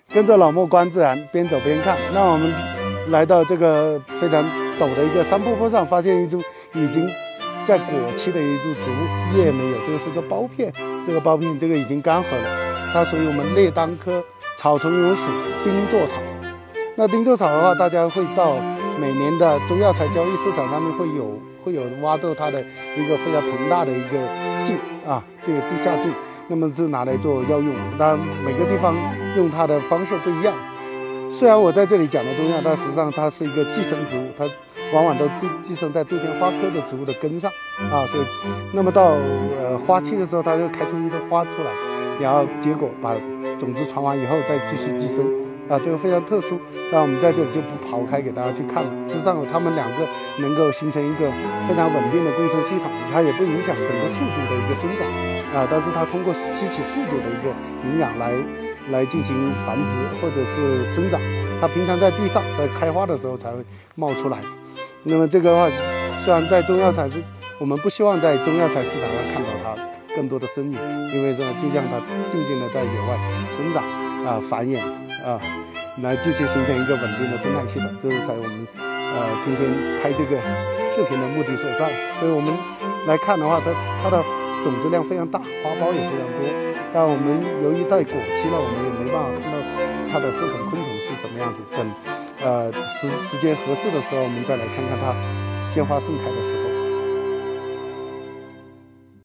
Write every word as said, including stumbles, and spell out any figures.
跟着老莫观自然，边走边看。那我们来到这个非常陡的一个山坡坡上，发现一株已经在果期的一株植物，叶没有，这个是个苞片，这个苞片这个已经干涸了，它属于我们列当科草丛永属丁座草。那丁座草的话，大家会到每年的中药材交易市场上面会有会有挖到它的一个非常庞大的一个茎啊，这个地下茎，那么是拿来做药用。当然每个地方用它的方式不一样。虽然我在这里讲的中药，但实际上它是一个寄生植物，它往往都寄生在杜鹃花科的植物的根上啊，所以那么到呃花期的时候，它就开出一朵花出来，然后结果把种子传完以后再继续寄生。啊，这个非常特殊，那我们在这里就不刨开给大家去看了。事实上，它们两个能够形成一个非常稳定的共生系统，它也不影响整个宿主的一个生长啊，但是它通过吸取宿主的一个营养来来进行繁殖或者是生长。它平常在地上，在开花的时候才会冒出来。那么这个的话，虽然在中药材，我们不希望在中药材市场上看到它更多的身影，因为说就让它静静的在野外生长啊、繁衍。啊，来继续形成一个稳定的生态系统，这是在我们呃今天拍这个视频的目的所在。所以我们来看的话，它它的种子量非常大，花苞也非常多。但我们由于在果期了，我们也没办法看到它的授粉昆虫是什么样子。等呃时时间合适的时候，我们再来看看它鲜花盛开的时候。